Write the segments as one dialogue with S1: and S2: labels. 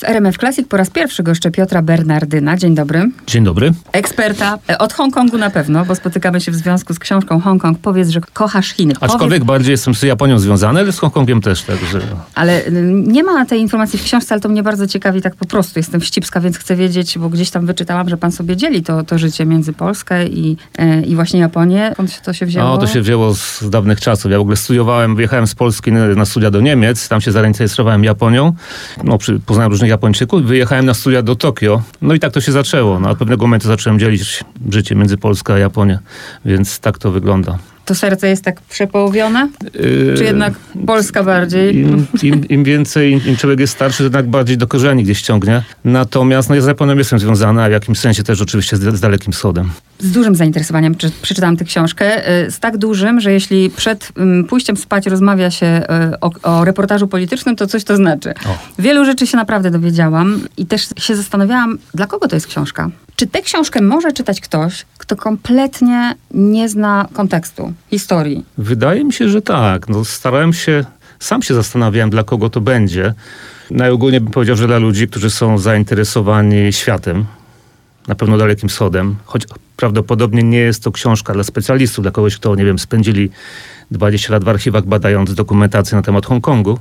S1: W RMF Classic po raz pierwszy goszczę Piotra Bernardyna. Dzień dobry.
S2: Dzień dobry.
S1: Eksperta od Hongkongu na pewno, bo spotykamy się w związku z książką Hongkong. Powiedz, że kochasz Chiny.
S2: Aczkolwiek bardziej jestem z Japonią związany, ale z Hongkongiem też. Także...
S1: Ale nie ma tej informacji w książce, ale to mnie bardzo ciekawi tak po prostu. Jestem wścibska, więc chcę wiedzieć, bo gdzieś tam wyczytałam, że pan sobie dzieli to życie między Polskę i właśnie Japonię. Skąd to się wzięło?
S2: To się wzięło z dawnych czasów. Ja w ogóle wyjechałem z Polski na studia do Niemiec, tam się zainteresowałem Japonią. Poznałem różnych Japończyków. Wyjechałem na studia do Tokio. No i tak to się zaczęło. Od pewnego momentu zacząłem dzielić życie między Polską a Japonią. Więc tak to wygląda.
S1: To serce jest tak przepołowione? Czy jednak Polska bardziej?
S2: Im więcej, im człowiek jest starszy, to jednak bardziej do korzeni gdzieś ciągnie. Natomiast ja z Japonią jestem związana, a w jakimś sensie też oczywiście z Dalekim Wschodem.
S1: Z dużym zainteresowaniem przeczytałam tę książkę. Z tak dużym, że jeśli przed pójściem spać rozmawia się o reportażu politycznym, to coś to znaczy. Wielu rzeczy się naprawdę dowiedziałam i też się zastanawiałam, dla kogo to jest książka. Czy tę książkę może czytać ktoś, kto kompletnie nie zna kontekstu, historii?
S2: Wydaje mi się, że tak. Sam się zastanawiałem, dla kogo to będzie. Najogólniej bym powiedział, że dla ludzi, którzy są zainteresowani światem, na pewno Dalekim Wschodem, choć prawdopodobnie nie jest to książka dla specjalistów, dla kogoś, kto, spędzili 20 lat w archiwach badając dokumentację na temat Hongkongu.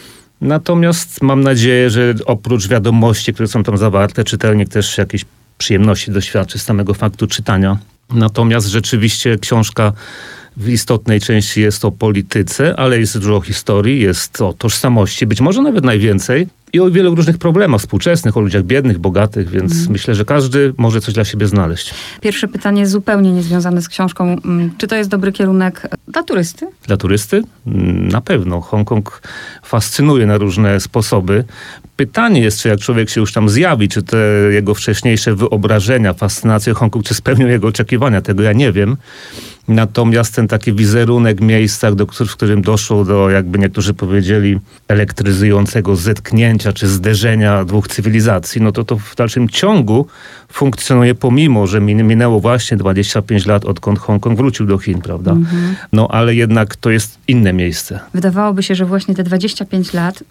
S2: Natomiast mam nadzieję, że oprócz wiadomości, które są tam zawarte, czytelnik też jakieś przyjemności doświadczy z samego faktu czytania. Natomiast rzeczywiście książka w istotnej części jest o polityce, ale jest dużo o historii, jest o tożsamości, być może nawet najwięcej. I o wielu różnych problemach współczesnych, o ludziach biednych, bogatych, więc myślę, że każdy może coś dla siebie znaleźć.
S1: Pierwsze pytanie zupełnie niezwiązane z książką. Czy to jest dobry kierunek dla turysty?
S2: Dla turysty? Na pewno. Hongkong fascynuje na różne sposoby. Pytanie jest, czy jak człowiek się już tam zjawi, czy te jego wcześniejsze wyobrażenia, fascynacje Hongkong, czy spełnią jego oczekiwania, tego ja nie wiem. Natomiast ten taki wizerunek miejsca, w którym doszło do, jakby niektórzy powiedzieli, elektryzującego zetknięcia czy zderzenia dwóch cywilizacji, to w dalszym ciągu funkcjonuje, pomimo że minęło właśnie 25 lat, odkąd Hongkong wrócił do Chin, prawda? Ale jednak to jest inne miejsce.
S1: Wydawałoby się, że właśnie te 25 lat,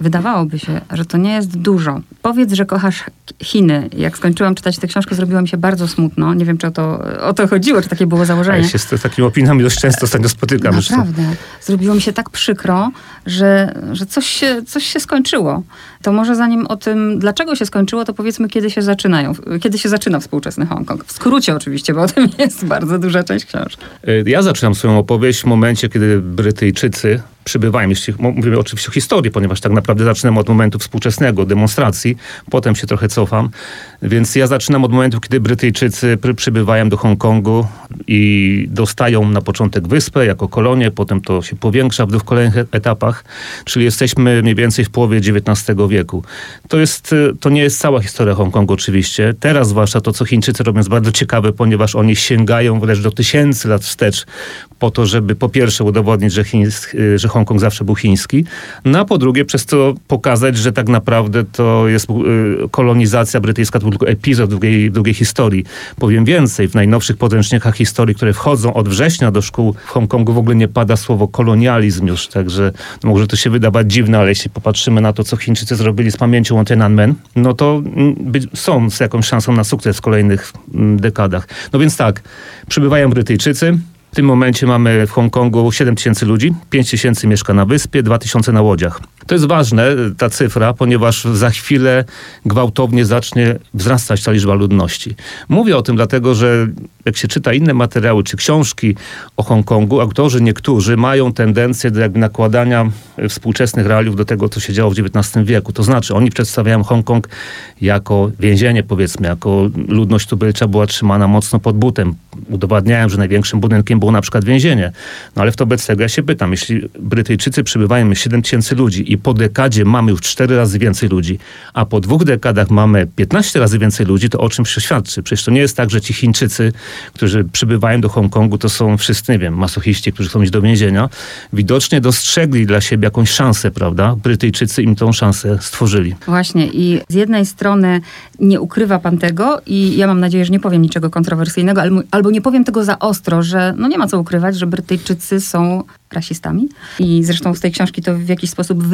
S1: że to nie jest dużo. Powiedz, że kochasz Chiny. Jak skończyłam czytać tę książkę, zrobiło mi się bardzo smutno. Nie wiem, czy o to chodziło, czy takie było założenie.
S2: Ja się z takimi opiniami dość często ostatnio spotykam.
S1: Naprawdę. Zrobiło mi się tak przykro, że coś się skończyło. To może zanim o tym, dlaczego się skończyło, to powiedzmy, kiedy się zaczyna współczesny Hongkong. W skrócie oczywiście, bo o tym jest bardzo duża część książki.
S2: Ja zaczynam swoją opowieść w momencie, kiedy Brytyjczycy przybywają, mówimy oczywiście o historii, ponieważ tak naprawdę zaczynam od momentu współczesnego, demonstracji, potem się trochę cofam, więc ja zaczynam od momentu, kiedy Brytyjczycy przybywają do Hongkongu i dostają na początek wyspę jako kolonię, potem to się powiększa w kolejnych etapach, czyli jesteśmy mniej więcej w połowie XIX wieku. To nie jest cała historia Hongkongu oczywiście. Teraz zwłaszcza to, co Chińczycy robią, jest bardzo ciekawe, ponieważ oni sięgają wręcz do tysięcy lat wstecz po to, żeby po pierwsze udowodnić, że Hongkong zawsze był chiński, a po drugie przez to pokazać, że tak naprawdę to jest kolonizacja brytyjska, to był tylko epizod długiej historii. Powiem więcej, w najnowszych podręcznikach historii, które wchodzą od września do szkół w Hongkongu, w ogóle nie pada słowo kolonializm już, także może to się wydawać dziwne, ale jeśli popatrzymy na to, co Chińczycy zrobili z pamięcią o Tiananmen, to są z jakąś szansą na sukces w kolejnych dekadach. Więc tak, przybywają Brytyjczycy. W tym momencie mamy w Hongkongu 7 000 ludzi, 5 000 mieszka na wyspie, 2 000 na łodziach. To jest ważne, ta cyfra, ponieważ za chwilę gwałtownie zacznie wzrastać ta liczba ludności. Mówię o tym dlatego, że jak się czyta inne materiały czy książki o Hongkongu, autorzy niektórzy mają tendencję do jakby nakładania współczesnych realiów do tego, co się działo w XIX wieku. To znaczy, oni przedstawiają Hongkong jako więzienie, powiedzmy, jako ludność tubylcza była trzymana mocno pod butem. Udowadniają, że największym budynkiem było na przykład więzienie. Ale wobec tego ja się pytam, jeśli Brytyjczycy przybywają 7 000 ludzi i po dekadzie mamy już 4 razy więcej ludzi, a po 2 dekadach mamy 15 razy więcej ludzi, to o czym się świadczy? Przecież to nie jest tak, że ci Chińczycy, którzy przybywają do Hongkongu, to są wszyscy, masochiści, którzy chcą iść do więzienia. Widocznie dostrzegli dla siebie jakąś szansę, prawda? Brytyjczycy im tą szansę stworzyli.
S1: Właśnie i z jednej strony nie ukrywa pan tego i ja mam nadzieję, że nie powiem niczego kontrowersyjnego, albo nie powiem tego za ostro, że nie ma co ukrywać, że Brytyjczycy są rasistami. I zresztą z tej książki to w jakiś sposób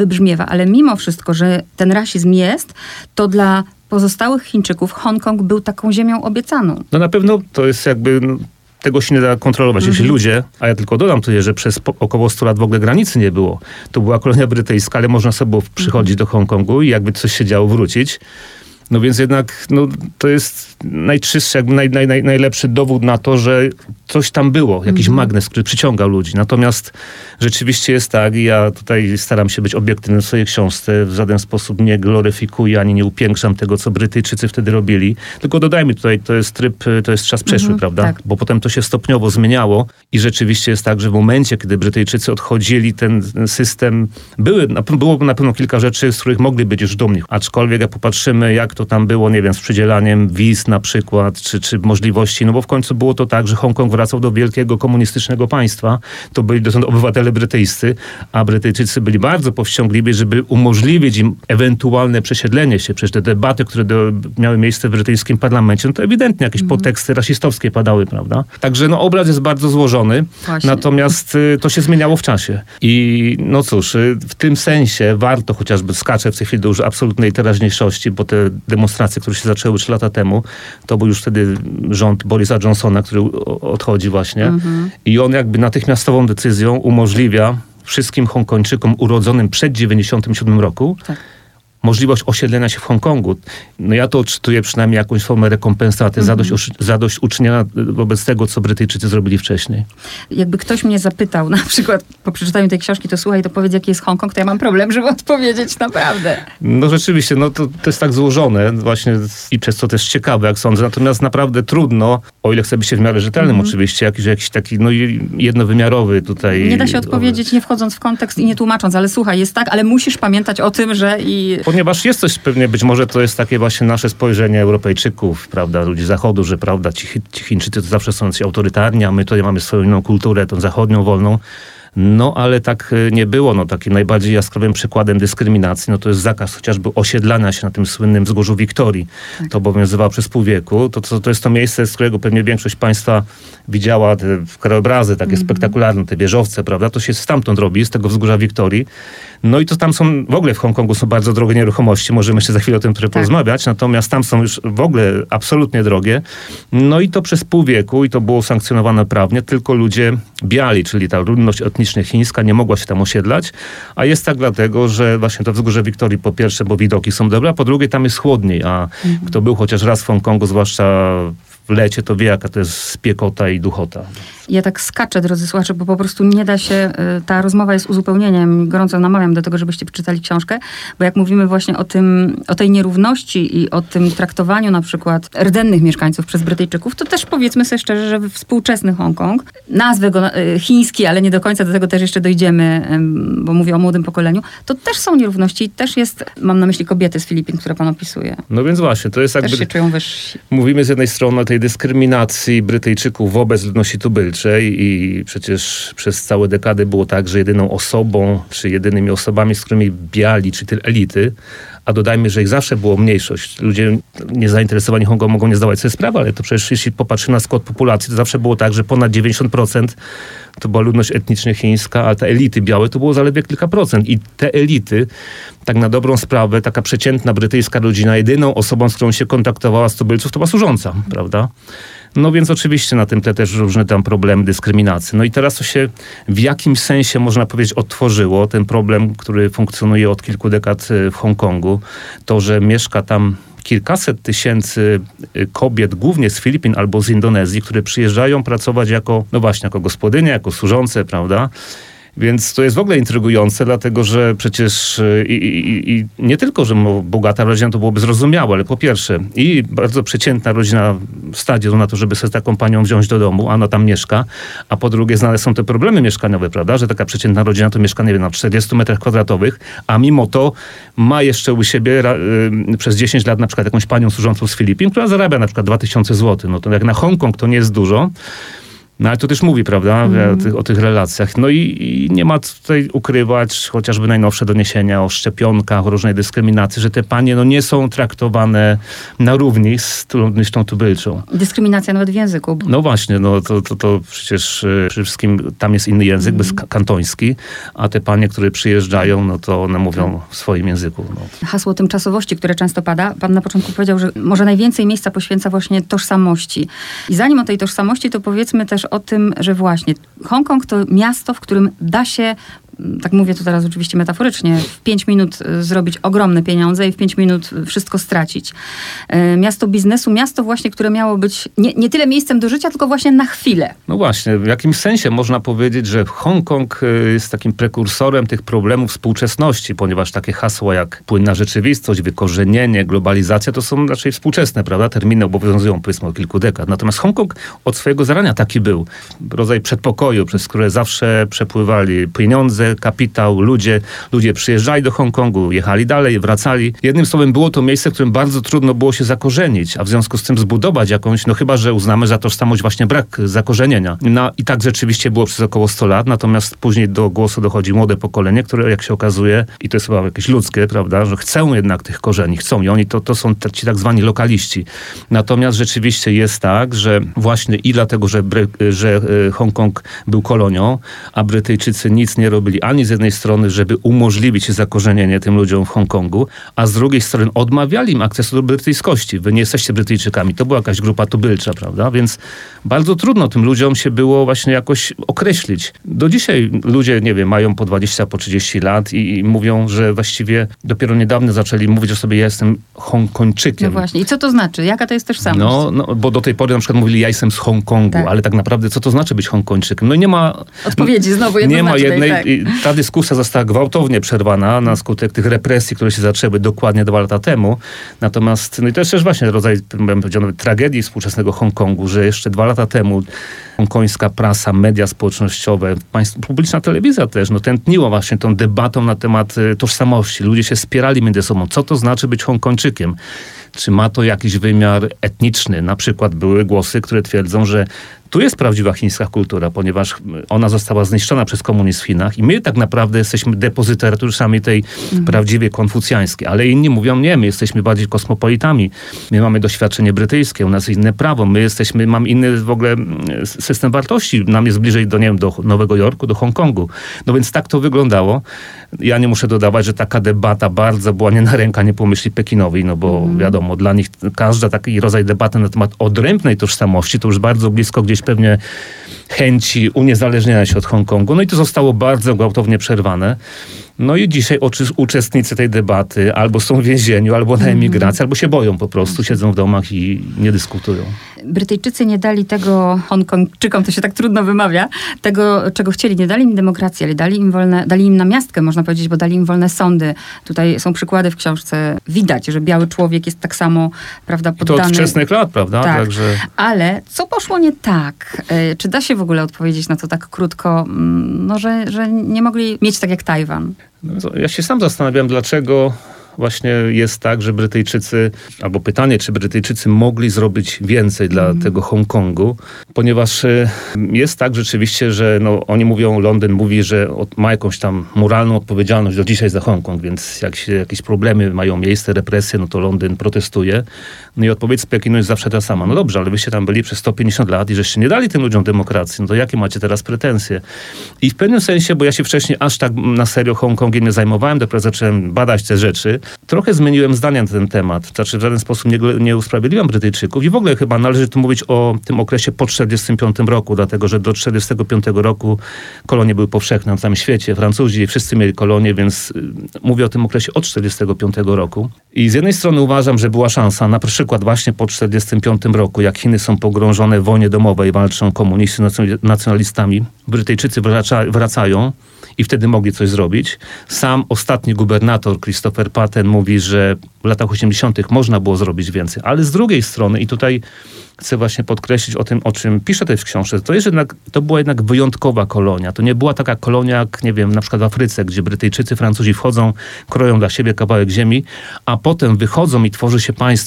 S1: wybrzmiewa, ale mimo wszystko, że ten rasizm jest, to dla pozostałych Chińczyków Hongkong był taką ziemią obiecaną.
S2: No na pewno to jest jakby... Tego się nie da kontrolować. Jeśli ludzie, a ja tylko dodam tutaj, że przez około 100 lat w ogóle granicy nie było. To była kolonia brytyjska, ale można sobie było przychodzić do Hongkongu i jakby coś się działo, wrócić. No więc jednak to jest najczystszy, jakby najlepszy dowód na to, że coś tam było, jakiś magnes, który przyciągał ludzi. Natomiast rzeczywiście jest tak, i ja tutaj staram się być obiektywny w swojej książce, w żaden sposób nie gloryfikuję, ani nie upiększam tego, co Brytyjczycy wtedy robili. Tylko dodajmy tutaj, to jest czas przeszły, prawda?
S1: Tak.
S2: Bo potem to się stopniowo zmieniało i rzeczywiście jest tak, że w momencie, kiedy Brytyjczycy odchodzili, ten system, było na pewno kilka rzeczy, z których mogli być już dumni. Aczkolwiek jak popatrzymy, jak to tam było, nie wiem, z przydzielaniem wiz na przykład, czy możliwości, no bo w końcu było to tak, że Hongkong wracał do wielkiego komunistycznego państwa. To byli dotąd obywatele brytyjscy, a Brytyjczycy byli bardzo powściągliwi, żeby umożliwić im ewentualne przesiedlenie się. Przecież te debaty, które miały miejsce w brytyjskim parlamencie, no to ewidentnie jakieś podteksty rasistowskie padały, prawda? Także obraz jest bardzo złożony, natomiast to się zmieniało w czasie. I no cóż, w tym sensie warto, chociażby skaczę w tej chwili do już absolutnej teraźniejszości, bo te demonstracje, które się zaczęły 3 lata temu, to był już wtedy rząd Borisa Johnsona, który odchodzi właśnie. I on jakby natychmiastową decyzją umożliwia wszystkim Hongkończykom urodzonym przed 1997 roku możliwość osiedlenia się w Hongkongu. No ja to odczytuję przynajmniej jakąś formę rekompensaty, zadośćuczynienia wobec tego, co Brytyjczycy zrobili wcześniej.
S1: Jakby ktoś mnie zapytał, na przykład po przeczytaniu tej książki, to słuchaj, to powiedz, jaki jest Hongkong, to ja mam problem, żeby odpowiedzieć naprawdę.
S2: No rzeczywiście, to jest tak złożone właśnie i przez to też ciekawe, jak sądzę. Natomiast naprawdę trudno, o ile chce być się w miarę rzetelnym oczywiście, jakiś taki jednowymiarowy tutaj...
S1: Nie da się odpowiedzieć, nie wchodząc w kontekst i nie tłumacząc, ale słuchaj, jest tak, ale musisz pamiętać o tym, że
S2: Ponieważ jest coś pewnie, być może to jest takie właśnie nasze spojrzenie Europejczyków, prawda, ludzi Zachodu, że prawda, ci Chińczycy to zawsze są autorytarni, a my tutaj mamy swoją inną kulturę, tą zachodnią, wolną. No, ale tak nie było. Takim najbardziej jaskrawym przykładem dyskryminacji, to jest zakaz chociażby osiedlania się na tym słynnym wzgórzu Wiktorii. To obowiązywało przez pół wieku. To jest to miejsce, z którego pewnie większość państwa widziała te krajobrazy takie spektakularne, te wieżowce, prawda? To się stamtąd robi, z tego wzgórza Wiktorii. No i to tam są, w ogóle w Hongkongu są bardzo drogie nieruchomości. Możemy jeszcze za chwilę o tym porozmawiać. Natomiast tam są już w ogóle absolutnie drogie. No i to przez pół wieku, i to było sankcjonowane prawnie, tylko ludzie biali, czyli ta ludność etniczna chińska nie mogła się tam osiedlać. A jest tak dlatego, że właśnie to wzgórze Wiktorii, po pierwsze, bo widoki są dobre, a po drugie tam jest chłodniej. A kto był chociaż raz w Hongkongu, zwłaszcza w lecie, to wie, jaka to jest spiekota i duchota.
S1: Ja tak skaczę, drodzy słuchacze, bo po prostu nie da się, ta rozmowa jest uzupełnieniem. Gorąco namawiam do tego, żebyście przeczytali książkę, bo jak mówimy właśnie o tej nierówności i o tym traktowaniu na przykład rdzennych mieszkańców przez Brytyjczyków, to też powiedzmy sobie szczerze, że współczesny Hongkong, nazwę go chiński, ale nie do końca do tego też jeszcze dojdziemy, bo mówię o młodym pokoleniu, to też są nierówności i też jest, mam na myśli kobiety z Filipin, które pan opisuje.
S2: No więc właśnie, to jest jakby...
S1: Też się czują wyżsi.
S2: Mówimy z jednej strony o tej dyskryminacji Brytyjczyków wobec ludności tubylczej i przecież przez całe dekady było tak, że jedyną osobą, czy jedynymi osobami, z którymi biali, czy te elity, a dodajmy, że ich zawsze było mniejszość. Ludzie niezainteresowani Hongkongiem mogą nie zdawać sobie sprawy, ale to przecież jeśli popatrzymy na skład populacji, to zawsze było tak, że ponad 90% to była ludność etnicznie chińska, a te elity białe to było zaledwie kilka procent. I te elity, tak na dobrą sprawę, taka przeciętna brytyjska rodzina, jedyną osobą, z którą się kontaktowała z tubylców, to była służąca, prawda? No więc oczywiście na tym tle też różne tam problemy dyskryminacji. No i teraz to się w jakimś sensie, można powiedzieć, odtworzyło. Ten problem, który funkcjonuje od kilku dekad w Hongkongu, to, że mieszka tam kilkaset tysięcy kobiet, głównie z Filipin albo z Indonezji, które przyjeżdżają pracować jako gospodynie, jako służące, prawda? Więc to jest w ogóle intrygujące, dlatego że przecież i nie tylko, że bogata rodzina to byłoby zrozumiałe, ale po pierwsze i bardzo przeciętna rodzina stać na to, żeby sobie taką panią wziąć do domu, a ona tam mieszka, a po drugie znane są te problemy mieszkaniowe, prawda, że taka przeciętna rodzina to mieszka, nie wiem, na 40 metrach kwadratowych, a mimo to ma jeszcze u siebie przez 10 lat na przykład jakąś panią służącą z Filipin, która zarabia na przykład 2000 zł. No to jak na Hongkong to nie jest dużo. No ale to też mówi, prawda, o tych relacjach. No i nie ma tutaj ukrywać chociażby najnowsze doniesienia o szczepionkach, o różnej dyskryminacji, że te panie nie są traktowane na równi z ludnością tubylczą.
S1: Dyskryminacja nawet w języku.
S2: No właśnie, to przecież przede wszystkim tam jest inny język, kantoński, a te panie, które przyjeżdżają, to one mówią w swoim języku.
S1: Hasło tymczasowości, które często pada. Pan na początku powiedział, że może najwięcej miejsca poświęca właśnie tożsamości. I zanim o tej tożsamości, to powiedzmy też o tym, że właśnie Hongkong to miasto, w którym da się, tak mówię to teraz oczywiście metaforycznie, w 5 minut zrobić ogromne pieniądze i w 5 minut wszystko stracić. Miasto biznesu, miasto właśnie, które miało być nie tyle miejscem do życia, tylko właśnie na chwilę.
S2: No właśnie, w jakimś sensie można powiedzieć, że Hongkong jest takim prekursorem tych problemów współczesności, ponieważ takie hasła jak płynna rzeczywistość, wykorzenienie, globalizacja to są raczej współczesne, prawda? Terminy obowiązują powiedzmy od kilku dekad. Natomiast Hongkong od swojego zarania taki był. Rodzaj przedpokoju, przez które zawsze przepływali pieniądze, kapitał, ludzie przyjeżdżali do Hongkongu, jechali dalej, wracali. Jednym słowem było to miejsce, w którym bardzo trudno było się zakorzenić, a w związku z tym zbudować jakąś, chyba że uznamy za tożsamość właśnie brak zakorzenienia. I tak rzeczywiście było przez około 100 lat, natomiast później do głosu dochodzi młode pokolenie, które jak się okazuje, i to jest chyba jakieś ludzkie, prawda, że chcą jednak tych korzeni, chcą i oni to są ci tak zwani lokaliści. Natomiast rzeczywiście jest tak, że właśnie i dlatego, że Hongkong był kolonią, a Brytyjczycy nic nie robili ani z jednej strony, żeby umożliwić zakorzenienie tym ludziom w Hongkongu, a z drugiej strony odmawiali im akcesu do brytyjskości. Wy nie jesteście Brytyjczykami. To była jakaś grupa tubylcza, prawda? Więc bardzo trudno tym ludziom się było właśnie jakoś określić. Do dzisiaj ludzie, nie wiem, mają po 20, po 30 lat i mówią, że właściwie dopiero niedawno zaczęli mówić o sobie, ja jestem Hongkończykiem.
S1: No właśnie. I co to znaczy? Jaka to jest tożsamość?
S2: No, bo do tej pory na przykład mówili, ja jestem z Hongkongu, tak. Ale tak naprawdę co to znaczy być Hongkończykiem? No nie ma...
S1: Odpowiedzi znowu jednoznacznej.
S2: Nie ma jednej... Tak. Ta dyskusja została gwałtownie przerwana na skutek tych represji, które się zaczęły dokładnie 2 lata temu. Natomiast, i to jest też właśnie rodzaj, bym powiedział, tragedii współczesnego Hongkongu, że jeszcze 2 lata temu hongkońska prasa, media społecznościowe, publiczna telewizja też, tętniła właśnie tą debatą na temat tożsamości. Ludzie się spierali między sobą. Co to znaczy być Hongkończykiem? Czy ma to jakiś wymiar etniczny? Na przykład były głosy, które twierdzą, że tu jest prawdziwa chińska kultura, ponieważ ona została zniszczona przez komunizm w Chinach i my tak naprawdę jesteśmy depozytariuszami tej prawdziwej konfucjańskiej. Ale inni mówią, nie, my jesteśmy bardziej kosmopolitami. My mamy doświadczenie brytyjskie, u nas jest inne prawo, mamy inny w ogóle system wartości. Nam jest bliżej do Nowego Jorku, do Hongkongu. No więc tak to wyglądało. Ja nie muszę dodawać, że taka debata bardzo była nie na rękę, nie pomyśli Pekinowi, bo wiadomo, dla nich każda taki rodzaj debaty na temat odrębnej tożsamości to już bardzo blisko gdzieś pewnie chęci uniezależnienia się od Hongkongu. No i to zostało bardzo gwałtownie przerwane. No i dzisiaj uczestnicy tej debaty albo są w więzieniu, albo na emigracji, albo się boją po prostu, siedzą w domach i nie dyskutują.
S1: Brytyjczycy nie dali tego Hongkongczykom, to się tak trudno wymawia, tego, czego chcieli. Nie dali im demokracji, ale dali im namiastkę, można powiedzieć, bo dali im wolne sądy. Tutaj są przykłady w książce. Widać, że biały człowiek jest tak samo, prawda, poddany.
S2: To od wczesnych lat, prawda?
S1: Tak.
S2: Także...
S1: Ale co poszło nie tak? Czy da się w ogóle odpowiedzieć na to tak krótko, że nie mogli mieć tak jak Tajwan?
S2: Ja się sam zastanawiam, dlaczego właśnie jest tak, że Brytyjczycy, albo pytanie, czy Brytyjczycy mogli zrobić więcej dla tego Hongkongu, ponieważ jest tak rzeczywiście, że oni mówią, Londyn mówi, że ma jakąś tam moralną odpowiedzialność do dzisiaj za Hongkong, więc jak się jakieś problemy mają miejsce, represje, to Londyn protestuje. No i odpowiedź z Pekinu jest zawsze ta sama. No dobrze, ale wyście tam byli przez 150 lat i żeście nie dali tym ludziom demokracji, to jakie macie teraz pretensje? I w pewnym sensie, bo ja się wcześniej aż tak na serio Hongkongiem nie zajmowałem, dopiero zacząłem badać te rzeczy, trochę zmieniłem zdania na ten temat. Znaczy w żaden sposób nie usprawiedliwiam Brytyjczyków i w ogóle chyba należy tu mówić o tym okresie po 1945 roku, dlatego że do 1945 roku kolonie były powszechne na całym świecie. Francuzi wszyscy mieli kolonie, więc mówię o tym okresie od 1945 roku. I z jednej strony uważam, że była szansa, na przykład właśnie po 1945 roku, jak Chiny są pogrążone w wojnie domowej, walczą komuniści z nacjonalistami, Brytyjczycy wracają i wtedy mogli coś zrobić. Sam ostatni gubernator Christopher Patten mówi, że w latach 80. można było zrobić więcej. Ale z drugiej strony, i tutaj chcę właśnie podkreślić o tym, o czym piszę też w książce, to była jednak wyjątkowa kolonia. To nie była taka kolonia jak, nie wiem, na przykład w Afryce, gdzie Brytyjczycy, Francuzi wchodzą, kroją dla siebie kawałek ziemi, a potem wychodzą i tworzy się państwo.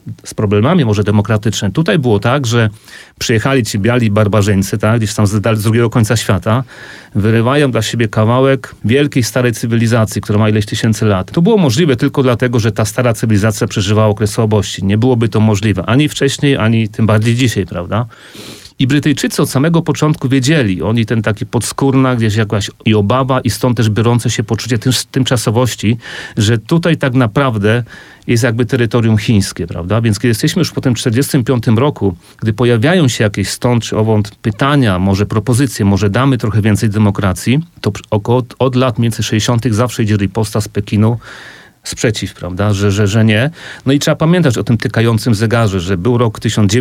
S2: z problemami może demokratyczne. Tutaj było tak, że przyjechali ci biali barbarzyńcy, tak, gdzieś tam z drugiego końca świata, wyrywają dla siebie kawałek wielkiej, starej cywilizacji, która ma ileś tysięcy lat. To było możliwe tylko dlatego, że ta stara cywilizacja przeżywała okres słabości. Nie byłoby to możliwe ani wcześniej, ani tym bardziej dzisiaj, prawda? I Brytyjczycy od samego początku wiedzieli, oni ten taki podskórna gdzieś jakaś i obawa i stąd też biorące się poczucie tymczasowości, że tutaj tak naprawdę jest jakby terytorium chińskie, prawda? Więc kiedy jesteśmy już po tym 1945 roku, gdy pojawiają się jakieś stąd czy owąd pytania, może propozycje, może damy trochę więcej demokracji, to od lat między 60. zawsze idzie riposta z Pekinu, sprzeciw, prawda, że nie. No i trzeba pamiętać o tym tykającym zegarze, że był rok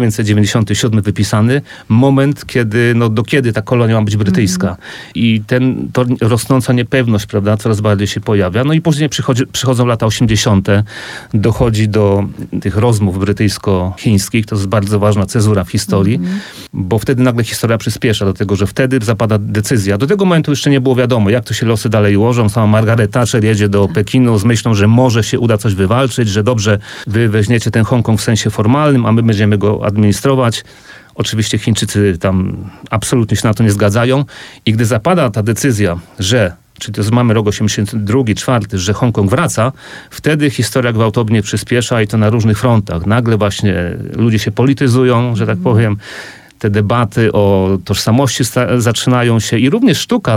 S2: 1997 wypisany, moment, kiedy, do kiedy ta kolonia ma być brytyjska. I to rosnąca niepewność, prawda, coraz bardziej się pojawia. No i później przychodzą lata 80., dochodzi do tych rozmów brytyjsko-chińskich, to jest bardzo ważna cezura w historii, bo wtedy nagle historia przyspiesza do tego, że wtedy zapada decyzja. Do tego momentu jeszcze nie było wiadomo, jak to się losy dalej ułożą. Sama Margaret Thatcher jedzie do Pekinu z myślą, że może się uda coś wywalczyć, że dobrze, wy weźmiecie ten Hongkong w sensie formalnym, a my będziemy go administrować. Oczywiście Chińczycy tam absolutnie się na to nie zgadzają. I gdy zapada ta decyzja, że, czyli to mamy rok 82, 4, że Hongkong wraca, wtedy historia gwałtownie przyspiesza i to na różnych frontach. Nagle właśnie ludzie się polityzują, że tak powiem. Te debaty o tożsamości zaczynają się i również sztuka,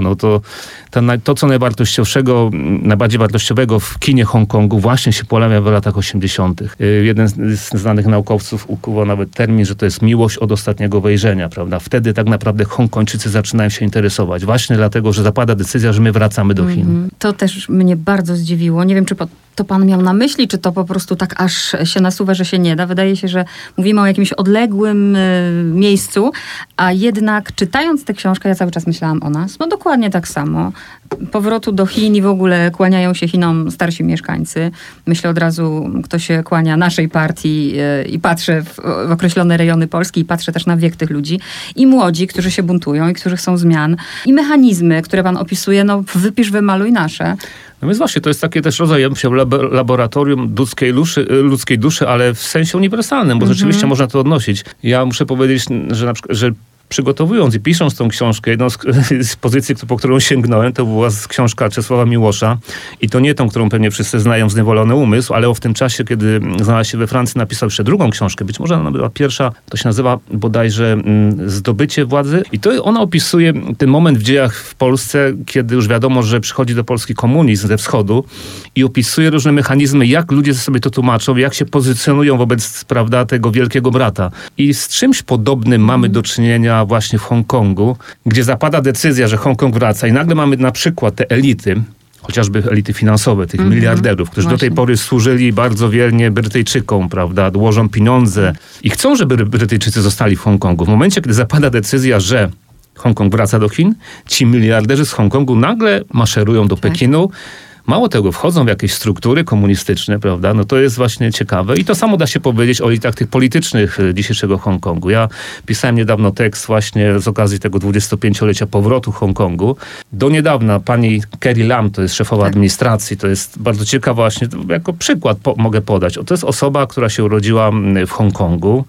S2: to co najbardziej wartościowego w kinie Hongkongu właśnie się pojawia w latach 80. Jeden z znanych naukowców ukuwał nawet termin, że to jest miłość od ostatniego wejrzenia, prawda? Wtedy tak naprawdę Hongkończycy zaczynają się interesować. Właśnie dlatego, że zapada decyzja, że my wracamy do Chin.
S1: To też mnie bardzo zdziwiło. Nie wiem, czy to pan miał na myśli, czy to po prostu tak aż się nasuwa, że się nie da. Wydaje się, że mówimy o jakimś odległym miejscu, a jednak czytając tę książkę, ja cały czas myślałam o nas. No dokładnie tak samo. Powrotu do Chin i w ogóle kłaniają się Chinom starsi mieszkańcy. Myślę od razu, kto się kłania naszej partii i patrzę w określone rejony Polski i patrzę też na wiek tych ludzi. I młodzi, którzy się buntują i którzy chcą zmian. I mechanizmy, które pan opisuje, wypisz, wymaluj nasze.
S2: No więc właśnie, to jest takie też rodzaj, laboratorium ludzkiej duszy, ale w sensie uniwersalnym, bo rzeczywiście można to odnosić. Ja muszę powiedzieć, że na przykład, że przygotowując i pisząc tą książkę, jedną z pozycji, po którą sięgnąłem, to była książka Czesława Miłosza. I to nie tą, którą pewnie wszyscy znają, Zniewolony umysł, ale w tym czasie, kiedy znalazł się we Francji, napisał jeszcze drugą książkę. Być może ona była pierwsza, to się nazywa bodajże Zdobycie władzy. I to ona opisuje ten moment w dziejach w Polsce, kiedy już wiadomo, że przychodzi do Polski komunizm ze wschodu i opisuje różne mechanizmy, jak ludzie sobie to tłumaczą, jak się pozycjonują wobec, prawda, tego wielkiego brata. I z czymś podobnym mamy do czynienia właśnie w Hongkongu, gdzie zapada decyzja, że Hongkong wraca i nagle mamy na przykład te elity, chociażby elity finansowe, tych miliarderów, którzy do tej pory służyli bardzo wiernie Brytyjczykom, prawda, łożą pieniądze i chcą, żeby Brytyjczycy zostali w Hongkongu. W momencie, kiedy zapada decyzja, że Hongkong wraca do Chin, ci miliarderzy z Hongkongu nagle maszerują do Pekinu. Mało tego, wchodzą w jakieś struktury komunistyczne, prawda? No to jest właśnie ciekawe. I to samo da się powiedzieć o elitach tych politycznych dzisiejszego Hongkongu. Ja pisałem niedawno tekst właśnie z okazji tego 25-lecia powrotu Hongkongu. Do niedawna pani Carrie Lam, to jest szefowa administracji, to jest bardzo ciekawa właśnie, jako przykład mogę podać. To jest osoba, która się urodziła w Hongkongu.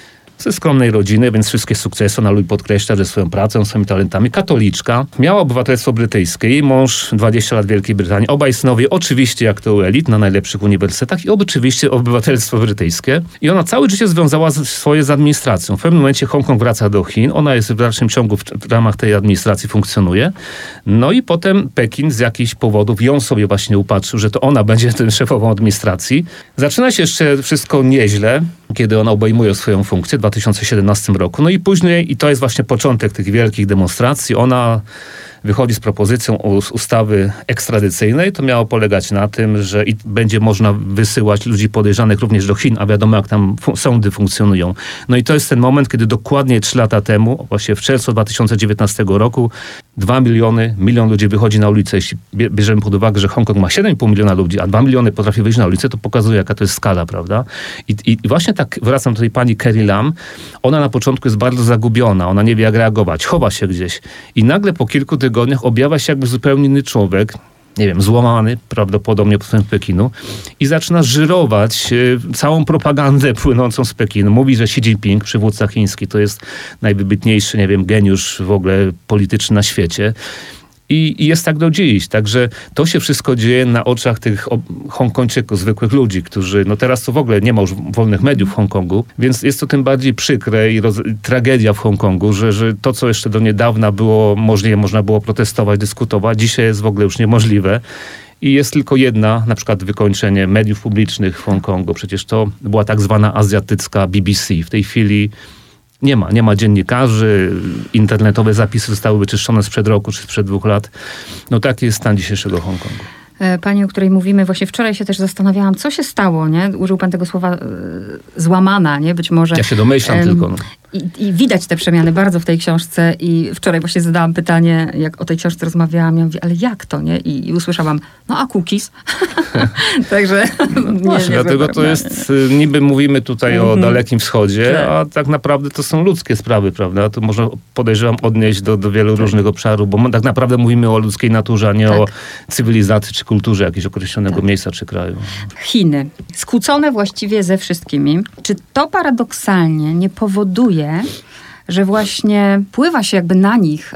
S2: Ze skromnej rodziny, więc wszystkie sukcesy. Ona lubi podkreślać, że swoją pracą, swoimi talentami. Katoliczka. Miała obywatelstwo brytyjskie. Jej mąż 20 lat w Wielkiej Brytanii. Obaj synowie oczywiście, jak to u elit, na najlepszych uniwersytetach i oczywiście obywatelstwo brytyjskie. I ona całe życie związała swoje z administracją. W pewnym momencie Hongkong wraca do Chin. Ona jest w dalszym ciągu w ramach tej administracji funkcjonuje. No i potem Pekin z jakichś powodów ją sobie właśnie upatrzył, że to ona będzie tym szefową administracji. Zaczyna się jeszcze wszystko nieźle, kiedy ona obejmuje swoją funkcję w 2017 roku. No i później, i to jest właśnie początek tych wielkich demonstracji, ona wychodzi z propozycją ustawy ekstradycyjnej. To miało polegać na tym, że będzie można wysyłać ludzi podejrzanych również do Chin, a wiadomo, jak tam sądy funkcjonują. No i to jest ten moment, kiedy dokładnie 3 lata temu, właśnie w czerwcu 2019 roku, 1 milion ludzi wychodzi na ulicę. Jeśli bierzemy pod uwagę, że Hongkong ma 7,5 miliona ludzi, a 2 miliony potrafi wyjść na ulicę, to pokazuje, jaka to jest skala, prawda? I właśnie tak wracam do tej pani Carrie Lam. Ona na początku jest bardzo zagubiona. Ona nie wie, jak reagować. Chowa się gdzieś. I nagle po kilku tygodniach objawia się jakby zupełnie inny człowiek. nie wiem, złamany prawdopodobnie pod Pekinu i zaczyna żyrować całą propagandę płynącą z Pekinu. Mówi, że Xi Jinping, przywódca chiński, to jest najwybitniejszy, nie wiem, geniusz w ogóle polityczny na świecie. I jest tak do dziś. Także to się wszystko dzieje na oczach tych Hongkończyków, zwykłych ludzi, którzy, no teraz to w ogóle nie ma już wolnych mediów w Hongkongu, więc jest to tym bardziej przykre i tragedia w Hongkongu, że to, co jeszcze do niedawna było możliwe, można było protestować, dyskutować, dzisiaj jest w ogóle już niemożliwe. I jest tylko jedna, na przykład wykończenie mediów publicznych w Hongkongu. Przecież to była tak zwana azjatycka BBC. W tej chwili nie ma dziennikarzy, internetowe zapisy zostały wyczyszczone sprzed roku czy sprzed 2 lat. No taki jest stan dzisiejszego Hongkongu.
S1: Pani, o której mówimy, właśnie wczoraj się też zastanawiałam, co się stało, nie? Użył pan tego słowa złamana, nie? Być może...
S2: Ja się domyślam tylko. No.
S1: I widać te przemiany bardzo w tej książce i wczoraj właśnie zadałam pytanie, jak o tej książce rozmawiałam, ja mówię, ale jak to, nie? I usłyszałam, no a cookies? Także...
S2: Właśnie, dlatego to jest, niby mówimy tutaj o Dalekim Wschodzie, a tak naprawdę to są ludzkie sprawy, prawda? To można, podejrzewam, odnieść do wielu różnych obszarów, bo my tak naprawdę mówimy o ludzkiej naturze, a nie o cywilizacji czy kulturze jakiegoś określonego miejsca czy kraju.
S1: Chiny, skłócone właściwie ze wszystkimi. Czy to paradoksalnie nie powoduje, że właśnie wpływa się jakby na nich,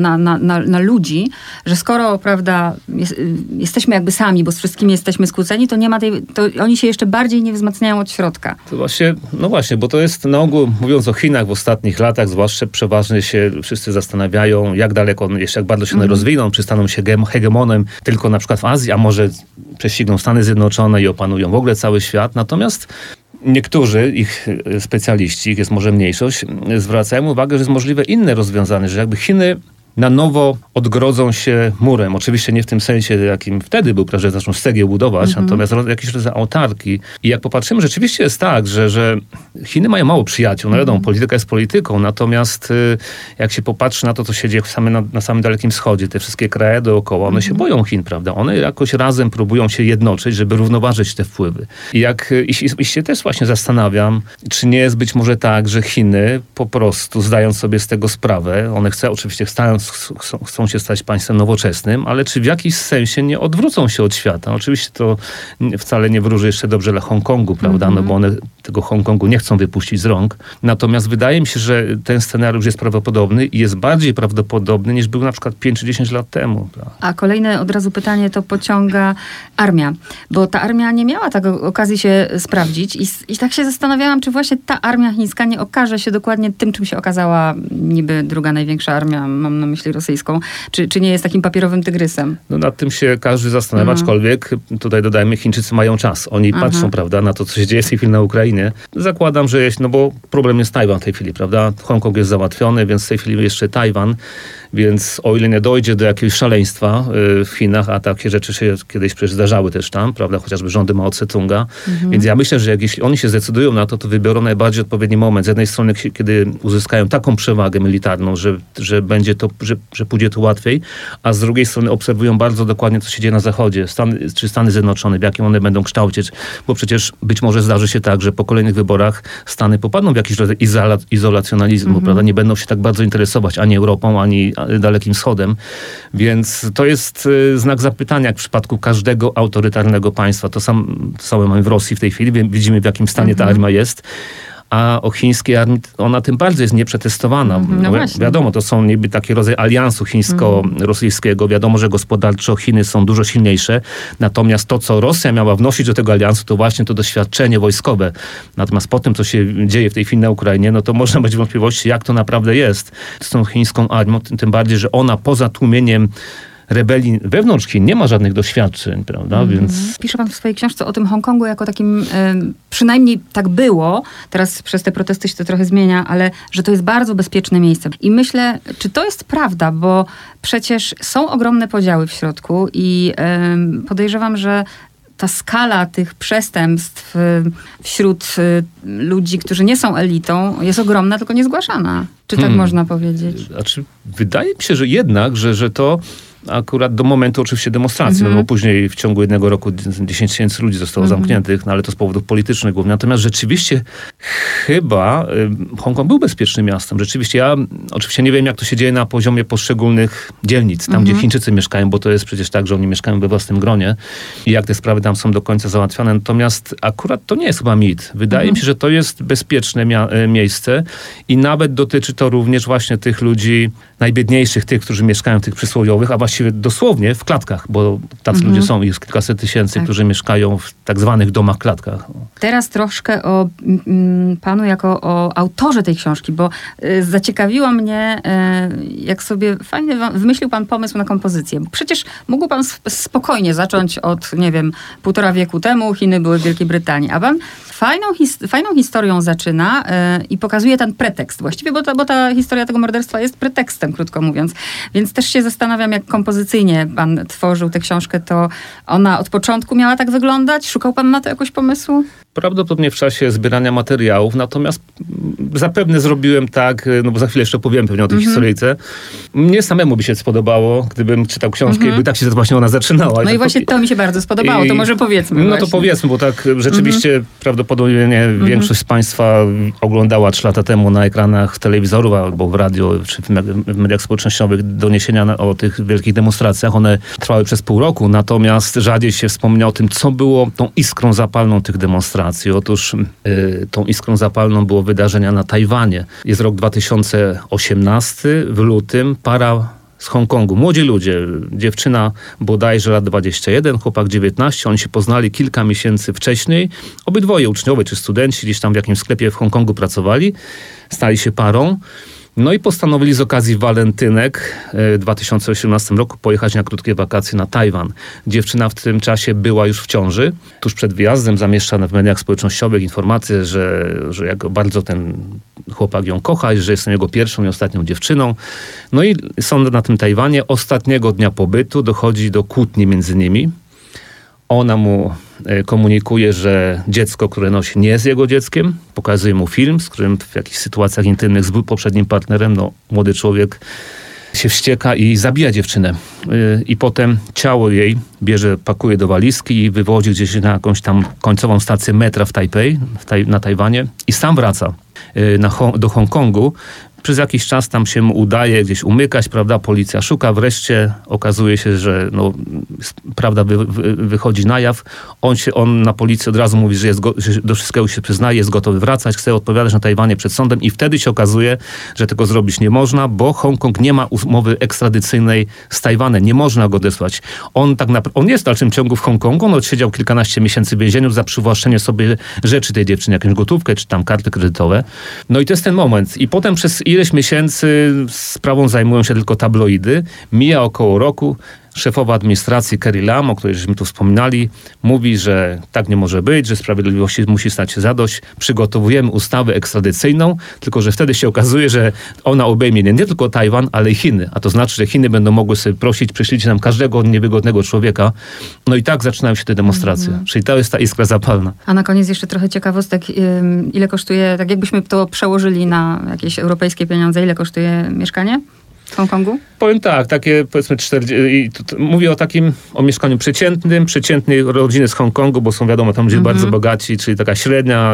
S1: na ludzi, że skoro, prawda, jesteśmy jakby sami, bo z wszystkimi jesteśmy skłóceni, to nie ma to oni się jeszcze bardziej nie wzmacniają od środka.
S2: To właśnie, no właśnie, bo to jest na ogół, mówiąc o Chinach w ostatnich latach, zwłaszcza przeważnie się wszyscy zastanawiają, jak daleko, jeszcze jak bardzo się one rozwiną, czy staną się hegemonem tylko na przykład w Azji, a może prześcigną Stany Zjednoczone i opanują w ogóle cały świat. Natomiast niektórzy ich specjaliści, ich jest może mniejszość, zwracają uwagę, że jest możliwe inne rozwiązanie, że jakby Chiny na nowo odgrodzą się murem. Oczywiście nie w tym sensie, jakim wtedy był, że zaczną z cegieł budować, natomiast jakiś rodzaj autarki. I jak popatrzymy, rzeczywiście jest tak, że Chiny mają mało przyjaciół. No wiadomo, polityka jest polityką, natomiast jak się popatrzy na to, co się dzieje na samym Dalekim Wschodzie, te wszystkie kraje dookoła, one się boją Chin, prawda? One jakoś razem próbują się jednoczyć, żeby równoważyć te wpływy. I się też właśnie zastanawiam, czy nie jest być może tak, że Chiny po prostu zdając sobie z tego sprawę, one oczywiście chcą się stać państwem nowoczesnym, ale czy w jakiś sensie nie odwrócą się od świata? Oczywiście to wcale nie wróży jeszcze dobrze dla Hongkongu, prawda? No bo one tego Hongkongu nie chcą wypuścić z rąk. Natomiast wydaje mi się, że ten scenariusz jest prawdopodobny i jest bardziej prawdopodobny niż był na przykład 5 czy 10 lat temu. Prawda?
S1: A kolejne od razu pytanie to pociąga armia, bo ta armia nie miała tak okazji się sprawdzić i tak się zastanawiałam, czy właśnie ta armia chińska nie okaże się dokładnie tym, czym się okazała niby druga największa armia, mam na myśli rosyjską, czy nie jest takim papierowym tygrysem?
S2: No nad tym się każdy zastanawia, aczkolwiek tutaj dodajmy, Chińczycy mają czas. Oni patrzą, prawda, na to, co się dzieje w tej chwili na Ukrainie. Zakładam, że no bo problem jest Tajwan w tej chwili, prawda? Hongkong jest załatwiony, więc w tej chwili jeszcze Tajwan. Więc o ile nie dojdzie do jakiegoś szaleństwa w Chinach, a takie rzeczy się kiedyś przecież zdarzały też tam, prawda, chociażby rządy Mao Tse-tunga. Więc ja myślę, że jeśli oni się zdecydują na to, to wybiorą najbardziej odpowiedni moment. Z jednej strony, kiedy uzyskają taką przewagę militarną, że będzie to, że pójdzie to łatwiej, a z drugiej strony obserwują bardzo dokładnie, co się dzieje na Zachodzie, Stany Zjednoczone, w jakim one będą kształcić, bo przecież być może zdarzy się tak, że po kolejnych wyborach Stany popadną w jakiś rodzaj izolacjonalizmu, prawda, nie będą się tak bardzo interesować ani Europą, ani Dalekim Wschodem, więc to jest znak zapytania jak w przypadku każdego autorytarnego państwa. To samo mamy w Rosji w tej chwili, widzimy w jakim stanie ta armia jest. A o chińskiej armii ona tym bardziej jest nieprzetestowana.
S1: No
S2: wiadomo, to są niby taki rodzaj aliansu chińsko-rosyjskiego. Wiadomo, że gospodarczo Chiny są dużo silniejsze. Natomiast to, co Rosja miała wnosić do tego aliansu, to właśnie to doświadczenie wojskowe. Natomiast po tym, co się dzieje w tej chwili na Ukrainie, no to można mieć wątpliwości, jak to naprawdę jest z tą chińską armią. Tym bardziej, że ona poza tłumieniem rebelii wewnątrz Chin nie ma żadnych doświadczeń, prawda? Więc...
S1: Pisze pan w swojej książce o tym Hongkongu jako takim, przynajmniej tak było, teraz przez te protesty się to trochę zmienia, ale że to jest bardzo bezpieczne miejsce. I myślę, czy to jest prawda, bo przecież są ogromne podziały w środku i podejrzewam, że ta skala tych przestępstw wśród ludzi, którzy nie są elitą, jest ogromna, tylko niezgłaszana. Czy tak można powiedzieć?
S2: Znaczy, wydaje mi się, że jednak, że to akurat do momentu oczywiście demonstracji, no bo później w ciągu jednego roku 10 tysięcy ludzi zostało zamkniętych, no ale to z powodów politycznych głównie. Natomiast rzeczywiście chyba Hongkong był bezpiecznym miastem. Rzeczywiście ja oczywiście nie wiem, jak to się dzieje na poziomie poszczególnych dzielnic, tam gdzie Chińczycy mieszkają, bo to jest przecież tak, że oni mieszkają we własnym gronie i jak te sprawy tam są do końca załatwiane. Natomiast akurat to nie jest chyba mit. Wydaje mi się, że to jest bezpieczne miejsce i nawet dotyczy to również właśnie tych ludzi najbiedniejszych, tych, którzy mieszkają w tych przysłowiowych, a właściwie dosłownie w klatkach, bo tacy ludzie są, jest kilkaset tysięcy, którzy mieszkają w tak zwanych domach klatkach.
S1: Teraz troszkę o panu jako o autorze tej książki, bo zaciekawiło mnie, jak sobie fajnie wymyślił pan pomysł na kompozycję. Bo przecież mógł pan spokojnie zacząć od, nie wiem, 1,5 wieku temu, Chiny były w Wielkiej Brytanii, a pan fajną historią zaczyna i pokazuje ten pretekst właściwie, bo ta historia tego morderstwa jest pretekstem, krótko mówiąc. Więc też się zastanawiam, jak kompozycyjnie pan tworzył tę książkę, to ona od początku miała tak wyglądać? Szukał pan na to jakoś pomysłu?
S2: Prawdopodobnie w czasie zbierania materiałów, natomiast zapewne zrobiłem tak, no bo za chwilę jeszcze powiem pewnie o tej historyjce. Mnie samemu by się spodobało, gdybym czytał książkę, jakby tak się właśnie ona zaczynała.
S1: No i właśnie to mi się bardzo spodobało, to może powiedzmy
S2: No
S1: właśnie.
S2: to powiedzmy, bo tak rzeczywiście prawdopodobnie większość z państwa oglądała 3 lata temu na ekranach telewizorów albo w radio, czy w mediach społecznościowych doniesienia o tych wielkich demonstracjach. One trwały przez pół roku, natomiast rzadziej się wspomina o tym, co było tą iskrą zapalną tych demonstracji. Otóż tą iskrą zapalną było wydarzenia na Tajwanie. Jest rok 2018, w lutym para z Hongkongu. Młodzi ludzie, dziewczyna bodajże lat 21, chłopak 19. Oni się poznali kilka miesięcy wcześniej. Obydwoje uczniowie czy studenci gdzieś tam w jakimś sklepie w Hongkongu pracowali. Stali się parą. No i postanowili z okazji walentynek w 2018 roku pojechać na krótkie wakacje na Tajwan. Dziewczyna w tym czasie była już w ciąży. Tuż przed wyjazdem zamieszczano w mediach społecznościowych informacje, że jak bardzo ten chłopak ją kocha i że jest jego pierwszą i ostatnią dziewczyną. No i są na tym Tajwanie. Ostatniego dnia pobytu dochodzi do kłótni między nimi. Ona mu komunikuje, że dziecko, które nosi, nie jest jego dzieckiem. Pokazuje mu film, z którym w jakichś sytuacjach intymnych z poprzednim partnerem, młody człowiek się wścieka i zabija dziewczynę. I potem ciało jej pakuje do walizki i wywozi gdzieś na jakąś tam końcową stację metra w Tajpej, na Tajwanie i sam wraca do Hongkongu. Przez jakiś czas tam się mu udaje gdzieś umykać, prawda, policja szuka, wreszcie okazuje się, że prawda wychodzi na jaw. On na policji od razu mówi, że do wszystkiego się przyznaje, jest gotowy wracać, chce odpowiadać na Tajwanie przed sądem i wtedy się okazuje, że tego zrobić nie można, bo Hongkong nie ma umowy ekstradycyjnej z Tajwanem, nie można go odesłać. On jest w dalszym ciągu w Hongkongu, on odsiedział kilkanaście miesięcy w więzieniu za przywłaszczenie sobie rzeczy tej dziewczyny, jakąś gotówkę, czy tam karty kredytowe. No i to jest ten moment. I potem przez ileś miesięcy sprawą zajmują się tylko tabloidy. Mija około roku. Szefowa administracji Carrie Lam, o której żeśmy tu wspominali, mówi, że tak nie może być, że sprawiedliwości musi stać się zadość. Przygotowujemy ustawę ekstradycyjną, tylko że wtedy się okazuje, że ona obejmie nie tylko Tajwan, ale i Chiny. A to znaczy, że Chiny będą mogły sobie prosić, przyślijcie nam każdego niewygodnego człowieka. No i tak zaczynają się te demonstracje. Czyli to jest ta iskra zapalna.
S1: A na koniec jeszcze trochę ciekawostek. Ile kosztuje, tak jakbyśmy to przełożyli na jakieś europejskie pieniądze, ile kosztuje mieszkanie w Hongkongu?
S2: Powiem tak, takie powiedzmy 40, mówię o mieszkaniu przeciętnej rodziny z Hongkongu, bo są wiadomo tam ludzie bardzo bogaci, czyli taka średnia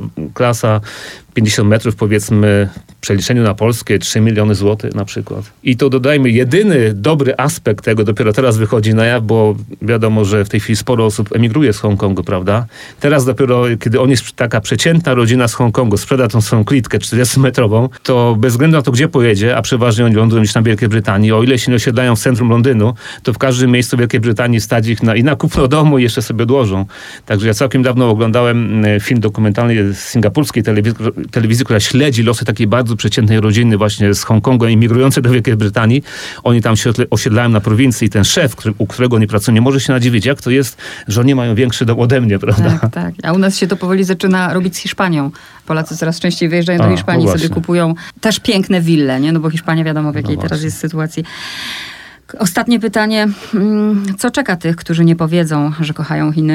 S2: klasa, 50 metrów powiedzmy, w przeliczeniu na polskie 3 miliony złotych na przykład. I to dodajmy, jedyny dobry aspekt tego dopiero teraz wychodzi na jaw, bo wiadomo, że w tej chwili sporo osób emigruje z Hongkongu, prawda? Teraz dopiero, kiedy on jest taka przeciętna rodzina z Hongkongu, sprzeda tą swoją klitkę 40-metrową, to bez względu na to, gdzie pojedzie, a przeważnie oni lądują gdzieś tam w Wielkiej Brytanii, o ile się nie osiedlają w centrum Londynu, to w każdym miejscu Wielkiej Brytanii stać ich na kupno domu i jeszcze sobie odłożą. Także ja całkiem dawno oglądałem film dokumentalny z singapurskiej telewizji, która śledzi losy takiej bardzo przeciętnej rodziny właśnie z Hongkongu emigrującej do Wielkiej Brytanii. Oni tam się osiedlają na prowincji i ten szef, u którego oni pracują, nie może się nadziwić, jak to jest, że oni mają większy dom ode mnie, prawda?
S1: Tak, tak. A u nas się to powoli zaczyna robić z Hiszpanią. Polacy coraz częściej wyjeżdżają do Hiszpanii, sobie kupują też piękne wille, nie? No bo Hiszpania wiadomo w jakiej teraz jest sytuacji. Ostatnie pytanie. Co czeka tych, którzy nie powiedzą, że kochają Chiny?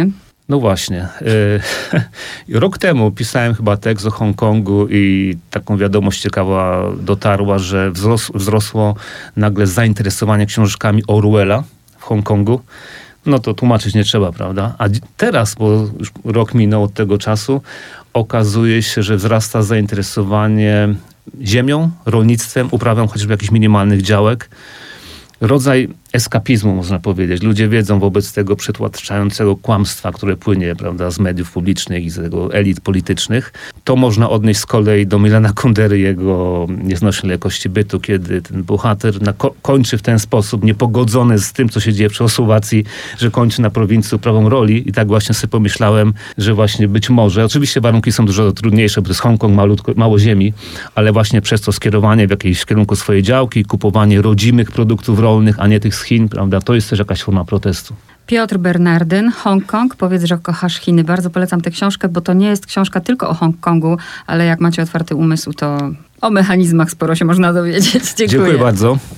S2: No właśnie. Rok temu pisałem chyba tekst o Hongkongu i taką wiadomość ciekawa dotarła, że wzrosło nagle zainteresowanie książkami Orwella w Hongkongu. No to tłumaczyć nie trzeba, prawda? A teraz, bo już rok minął od tego czasu, okazuje się, że wzrasta zainteresowanie ziemią, rolnictwem, uprawą choćby jakichś minimalnych działek. Rodzaj eskapizmu, można powiedzieć. Ludzie wiedzą wobec tego przytłaczającego kłamstwa, które płynie, prawda, z mediów publicznych i z tego elit politycznych. To można odnieść z kolei do Milana Kundery, jego nieznośnej jakości bytu, kiedy ten bohater kończy w ten sposób, niepogodzony z tym, co się dzieje w Czechosłowacji, że kończy na prowincji uprawą roli. I tak właśnie sobie pomyślałem, że właśnie być może, oczywiście warunki są dużo trudniejsze, bo to jest Hongkong, mało ziemi, ale właśnie przez to skierowanie w jakimś kierunku swojej działki, kupowanie rodzimych produktów rolnych, a nie tych z Chin, prawda? To jest też jakaś forma protestu.
S1: Piotr Bernardyn, Hongkong. Powiedz, że kochasz Chiny. Bardzo polecam tę książkę, bo to nie jest książka tylko o Hongkongu, ale jak macie otwarty umysł, to o mechanizmach sporo się można dowiedzieć. Dziękuję.
S2: Dziękuję bardzo.